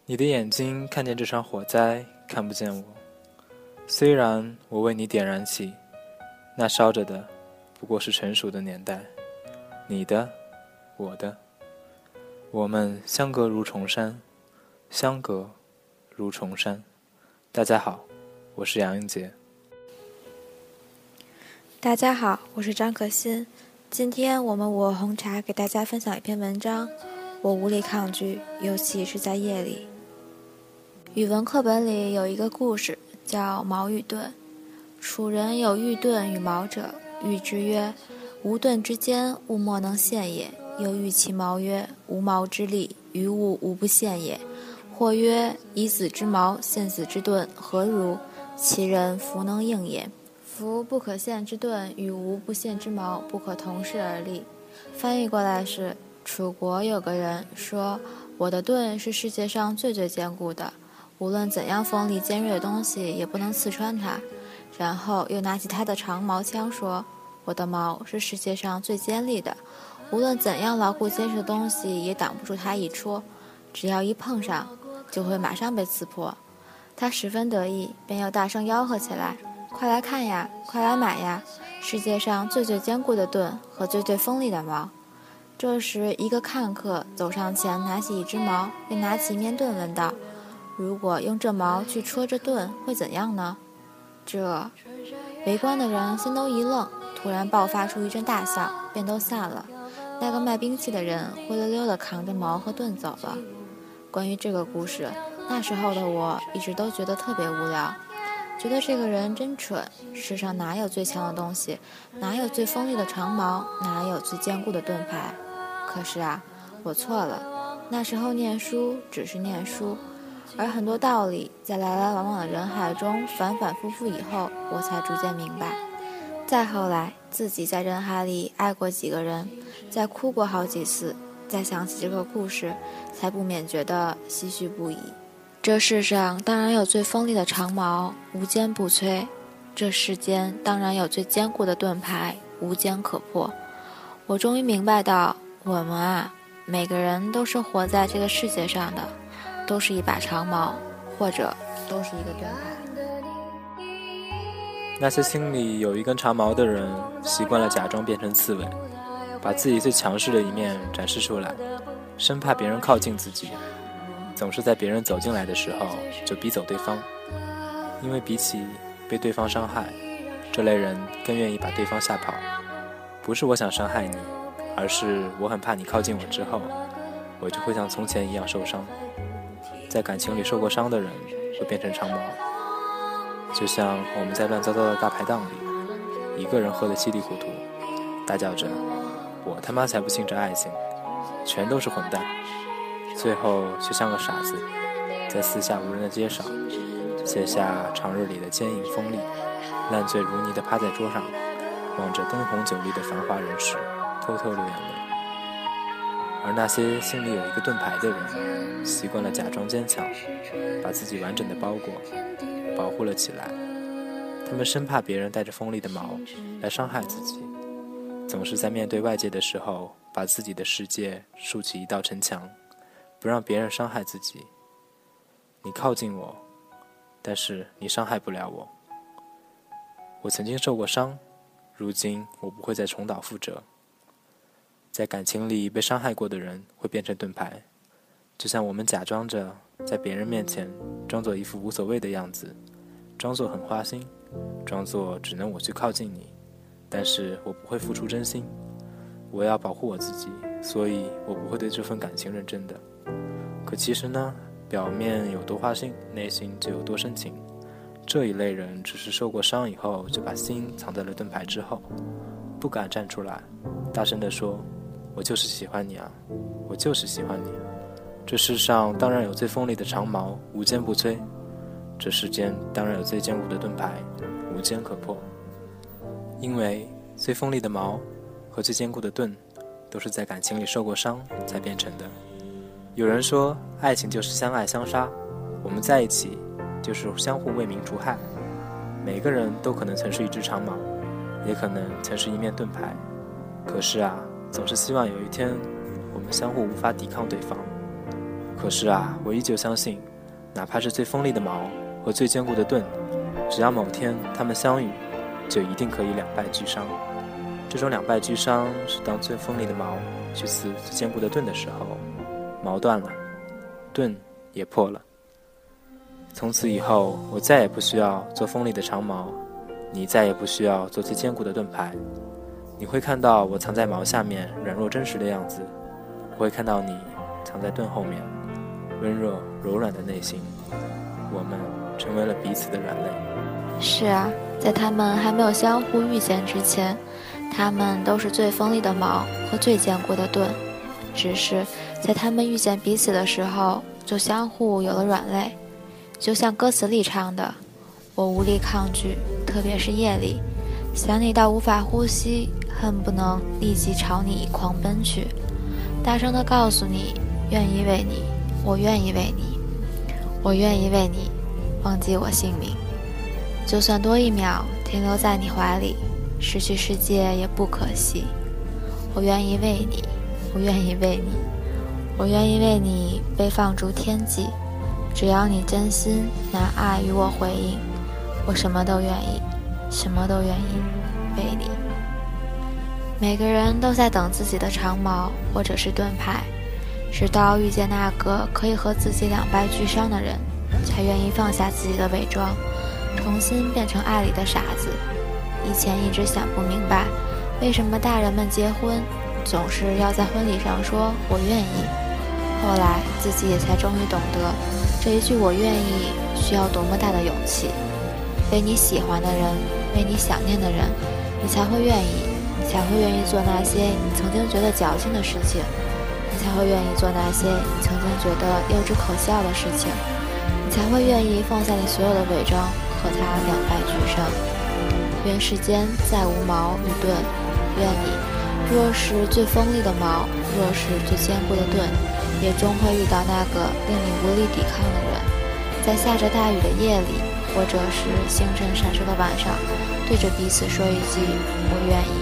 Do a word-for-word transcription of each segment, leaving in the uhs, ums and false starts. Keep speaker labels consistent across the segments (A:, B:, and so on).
A: 你的眼睛看见这场火灾，看不见我。虽然我为你点燃起，那烧着的不过是成熟的年代。你的，我的，我们相隔如重山，相隔如重山。大家好，我是杨英杰。
B: 大家好，我是张可欣。今天我们我红茶给大家分享一篇文章，我无力抗拒，尤其是在夜里。语文课本里有一个故事叫矛与盾。楚人有欲盾与矛者，喻之曰：无盾之坚，物莫能陷也。又喻其矛曰：无矛之利，于物无不陷也。或曰：以子之矛陷子之盾，何如？其人弗能应也。夫不可陷之盾与无不陷之矛不可同世而立。翻译过来是：楚国有个人说，我的盾是世界上最最坚固的，无论怎样锋利尖锐的东西也不能刺穿它。然后又拿起他的长矛枪说，我的矛是世界上最尖利的，无论怎样牢固坚实的东西也挡不住它一戳，只要一碰上就会马上被刺破。他十分得意，便又大声吆喝起来，快来看呀，快来买呀，世界上最最坚固的盾和最最锋利的矛。这时一个看客走上前，拿起一支矛，又拿起一面盾，问道，如果用这矛去戳这盾会怎样呢？这围观的人先都一愣，突然爆发出一阵大笑，便都散了。那个卖兵器的人灰溜溜地扛着矛和盾走了。关于这个故事，那时候的我一直都觉得特别无聊，觉得这个人真蠢，世上哪有最强的东西，哪有最锋利的长矛，哪有最坚固的盾牌。可是啊，我错了，那时候念书只是念书，而很多道理在来来往往的人海中反反复复以后，我才逐渐明白。再后来自己在人海里爱过几个人，再哭过好几次，再想起这个故事，才不免觉得唏嘘不已。这世上当然有最锋利的长矛，无坚不摧，这世间当然有最坚固的盾牌，无坚可破。我终于明白到，我们啊，每个人都是活在这个世界上的，都是一把长矛，或者都是一个盾牌。
A: 那些心里有一根长矛的人，习惯了假装变成刺猬，把自己最强势的一面展示出来，生怕别人靠近自己，总是在别人走进来的时候就逼走对方。因为比起被对方伤害，这类人更愿意把对方吓跑。不是我想伤害你，而是我很怕你靠近我之后，我就会像从前一样受伤。在感情里受过伤的人会变成长矛，就像我们在乱糟糟的大排档里，一个人喝得稀里糊涂，大叫着我他妈才不信这爱情，全都是混蛋，最后却像个傻子，在四下无人的街上卸下长日里的坚硬锋利，烂醉如泥地趴在桌上，望着灯红酒绿的繁华人世，偷偷流眼泪。而那些心里有一个盾牌的人，习惯了假装坚强，把自己完整的包裹保护了起来。他们生怕别人带着锋利的矛来伤害自己，总是在面对外界的时候，把自己的世界竖起一道城墙，不让别人伤害自己。你靠近我，但是你伤害不了我。我曾经受过伤，如今我不会再重蹈覆辙。在感情里被伤害过的人会变成盾牌，就像我们假装着在别人面前装作一副无所谓的样子，装作很花心，装作只能我去靠近你，但是我不会付出真心。我要保护我自己，所以我不会对这份感情认真的。可其实呢，表面有多花心，内心就有多深情。这一类人只是受过伤以后，就把心藏在了盾牌之后，不敢站出来大声地说，我就是喜欢你啊，我就是喜欢你。这世上当然有最锋利的长矛，无坚不摧，这世间当然有最坚固的盾牌，无坚可破。因为最锋利的矛和最坚固的盾都是在感情里受过伤才变成的。有人说爱情就是相爱相杀，我们在一起就是相互为民除害。每个人都可能曾是一支长矛，也可能曾是一面盾牌，可是啊，总是希望有一天我们相互无法抵抗对方。 可是啊，我依旧相信，哪怕是最锋利的矛和最坚固的盾，只要某天他们相遇，就一定可以两败俱伤。这种两败俱伤是当最锋利的矛去刺最坚固的盾的时候，矛断了，盾也破了。从此以后，我再也不需要做锋利的长矛，你再也不需要做最坚固的盾牌。你会看到我藏在矛下面软弱真实的样子，我会看到你藏在盾后面温热柔软的内心。我们成为了彼此的软肋。
B: 是啊，在他们还没有相互遇见之前，他们都是最锋利的矛和最坚固的盾，只是在他们遇见彼此的时候，就相互有了软肋。就像歌词里唱的，我无力抗拒，特别是夜里，想你到无法呼吸，恨不能立即朝你狂奔去，大声地告诉你，愿意为你，我愿意为你，我愿意为你忘记我姓名。就算多一秒停留在你怀里，失去世界也不可惜。我愿意为你，我愿意为你，我愿意为你被放逐天际。只要你真心拿爱与我回应，我什么都愿意，什么都愿意为你。每个人都在等自己的长矛或者是盾牌，直到遇见那个可以和自己两败俱伤的人，才愿意放下自己的伪装，重新变成爱里的傻子。以前一直想不明白，为什么大人们结婚总是要在婚礼上说我愿意，后来自己也才终于懂得，这一句我愿意需要多么大的勇气。为你喜欢的人，为你想念的人，你才会愿意，你才会愿意做那些你曾经觉得矫情的事情，你才会愿意做那些你曾经觉得幼稚可笑的事情，你才会愿意放下你所有的伪装，和他两败俱伤。愿世间再无矛与盾，愿你若是最锋利的矛，若是最坚固的盾，也终会遇到那个令你无力抵抗的人。在下着大雨的夜里，或者是星辰闪烁的晚上，对着彼此说一句我愿意。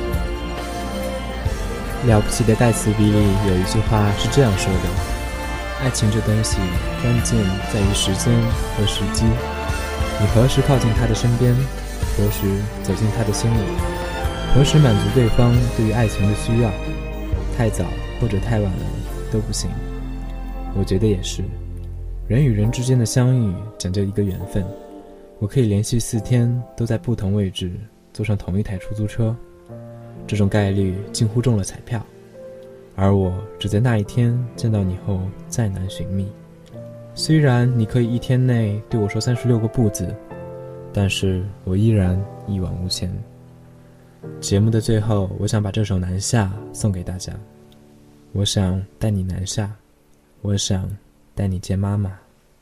C: 了不起的盖茨比里有一句话是这样说的，爱情这东西关键在于时间和时机，你何时靠近他的身边，何时走进他的心里，何时满足对方对于爱情的需要，太早或者太晚了都不行。我觉得也是，人与人之间的相遇讲究一个缘分。我可以连续四天都在不同位置坐上同一台出租车，这种概率近乎中了彩票，而我只在那一天见到你后再难寻觅。虽然你可以一天内对我说三十六个不字，但是我依然一往无前。节目的最后，我想把这首《南下》送给大家。我想带你南下，我想带你见妈妈。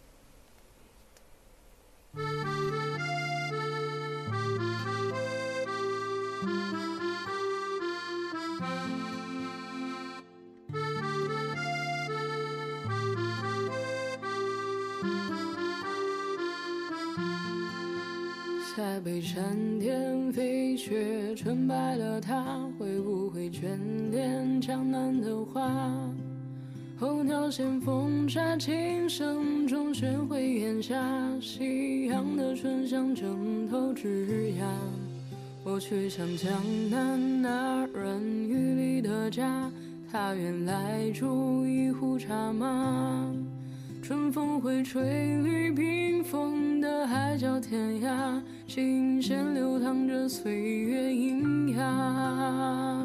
D: 在被闪电飞雪纯白了，它会不会眷恋江南的花？候鸟衔风沙，琴声中学会檐下夕阳的醇香枕头枝桠。我去向江南那软雨里的家，他原来住一壶茶马。春风会吹绿屏风的海角天涯，琴弦流淌着岁月喑哑。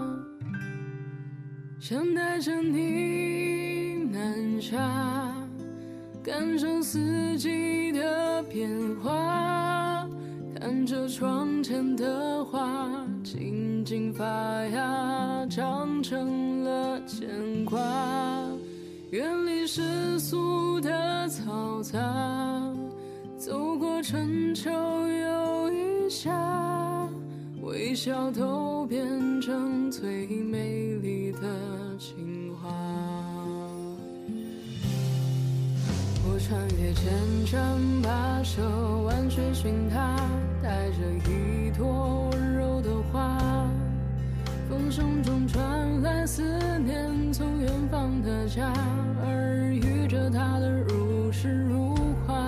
D: 想带着你南下，感受四季的变化，看着窗前的花静静发芽，长成了牵挂。远离世俗的嘈杂，走过春秋又一夏，微笑都变成最美丽的情话。我穿越千山跋涉，万水寻他，带着一朵温柔的花。风声中传来思念，从远方的家，耳语着它的如诗如画，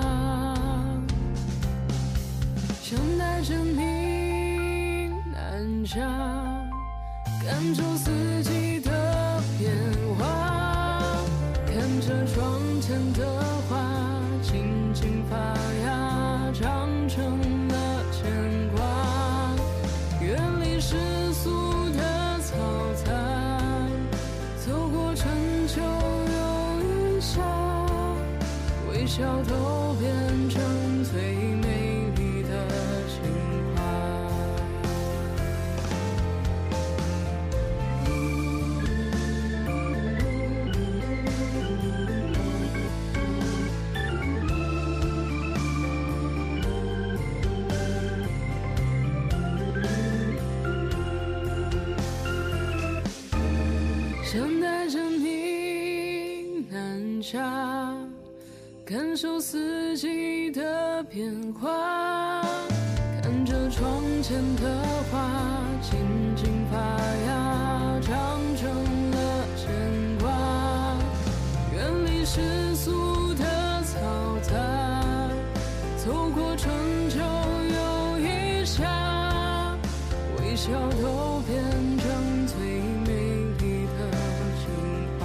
D: 想带着你南下，感受四季的变化，看着窗前的花静静发芽，长成了牵挂，远离世俗的嘈杂，走过春秋又一夏，微笑都变成最美丽的情话。想带着你南下，感受四季的变化，看着窗前的花静静发芽，长成了牵挂，远离世俗的嘈杂，走过春秋又一夏，微笑都变成最美丽的情话。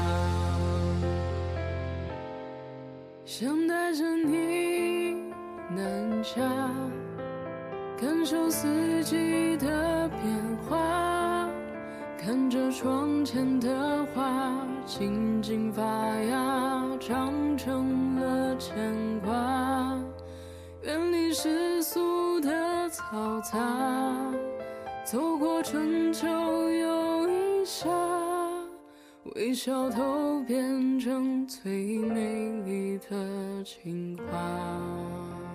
D: 想带着你南下，感受四季的变化，看着窗前的花静静发芽，长成了牵挂，远离世俗的嘈杂，走过春秋又一夏，微笑都变成最美丽的情话。